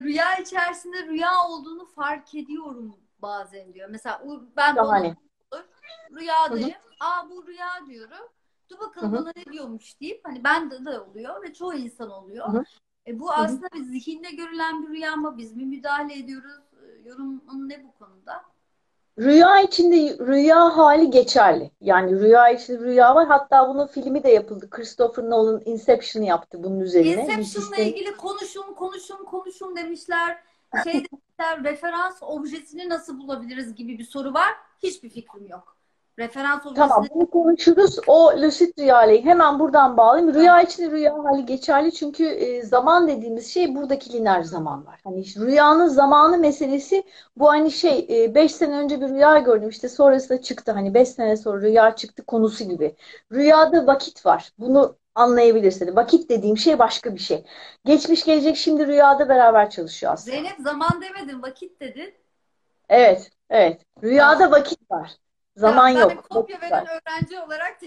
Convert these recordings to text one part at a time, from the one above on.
rüya içerisinde rüya olduğunu fark ediyorum bazen diyor. Mesela ben de ona Şahane. Hı hı, rüyadayım. Aa, bu rüya diyorum. Dur hı bakalım hı, bana ne diyormuş deyip, hani bende de oluyor ve çoğu insan oluyor. hı hı, Bu hı hı. aslında bir zihinde görülen bir rüya mı? Biz mi müdahale ediyoruz? Yorumun ne bu konuda? Rüya içinde rüya hali geçerli. Yani rüya içinde rüya var. Hatta bunun filmi de yapıldı. Christopher Nolan Inception yaptı bunun üzerine. Bir Inception'la sistemi. ilgili konuşun, konuşun, konuşun demişler. Şey demişler, referans objesini nasıl bulabiliriz gibi bir soru var. Hiçbir fikrim yok. Referans Tamam, objesini... bunu konuşuruz. O lucid rüyayı hemen buradan bağlayayım. Rüya içinde rüya hali geçerli çünkü zaman dediğimiz şey buradaki lineer zaman var. Hani işte rüyanın zamanı meselesi bu, hani şey 5 sene önce bir rüya gördüm işte sonrasında çıktı, hani 5 sene sonra rüya çıktı konusu gibi. Rüyada vakit var. Bunu anlayabilirsin. Vakit dediğim şey başka bir şey. Geçmiş, gelecek, şimdi rüyada beraber çalışıyor aslında. Zeynep, zaman demedin, vakit dedin. Evet, evet. Tamam. Rüyada vakit var. Zaman Tamam. Ben yok. kopya Vakit veren var. öğrenci olarak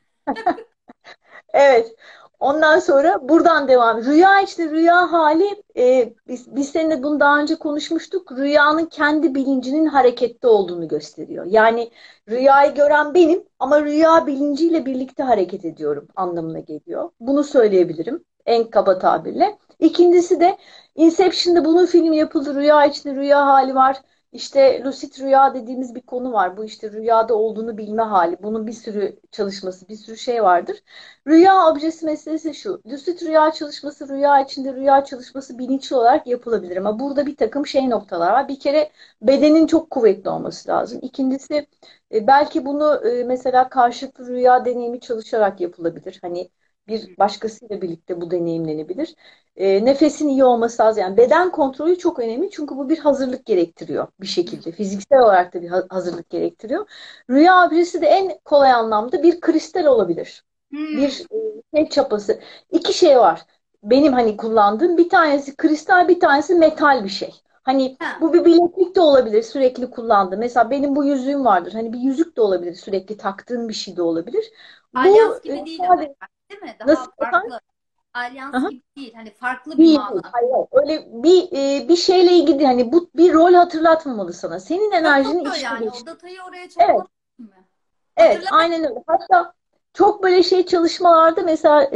Evet. Ondan sonra buradan devam. Rüya işte rüya hali biz seninle bunu daha önce konuşmuştuk. Rüyanın kendi bilincinin harekette olduğunu gösteriyor. Yani rüyayı gören benim ama rüya bilinciyle birlikte hareket ediyorum anlamına geliyor. Bunu söyleyebilirim en kaba tabirle. İkincisi de Inception'da bunun film yapıldı. Rüya içinde rüya hali var. İşte lucid rüya dediğimiz bir konu var. Bu işte rüyada olduğunu bilme hali. Bunun bir sürü çalışması, bir sürü şey vardır. Rüya objesi meselesi şu. Lucid rüya çalışması, rüya içinde rüya çalışması bilinçli olarak yapılabilir. Ama burada bir takım şey noktalar var. Bir kere bedenin çok kuvvetli olması lazım. İkincisi belki bunu mesela karşılıklı rüya deneyimi çalışarak yapılabilir. Hani bir başkasıyla birlikte bu deneyimlenebilir. Nefesin iyi olması lazım. Yani beden kontrolü çok önemli çünkü bu bir hazırlık gerektiriyor bir şekilde. Fiziksel olarak da bir hazırlık gerektiriyor. Rüya objesi de en kolay anlamda bir kristal olabilir. Hmm. Bir şey çapası. İki şey var. Benim hani kullandığım bir tanesi kristal, bir tanesi metal bir şey. Hani Ha. bu bir bileklik de olabilir sürekli kullandığım. Mesela benim bu yüzüğüm vardır. Hani bir yüzük de olabilir, sürekli taktığın bir şey de olabilir. Bu Alyans gibi değil ama, sadece değil mi? nasıl Daha efendim? farklı. Alyans Aha. gibi değil. Hani farklı bir Değil, değil. mana. Hayır, hayır. Öyle bir şeyle ilgili değil. Hani bu bir rol hatırlatmamalı sana. Senin enerjini Katılıyor içine yani. O geçtir. datayı oraya Evet, çekmek mi? evet, Hatırlamak. aynen öyle. Hatta çok böyle şey çalışmalarda mesela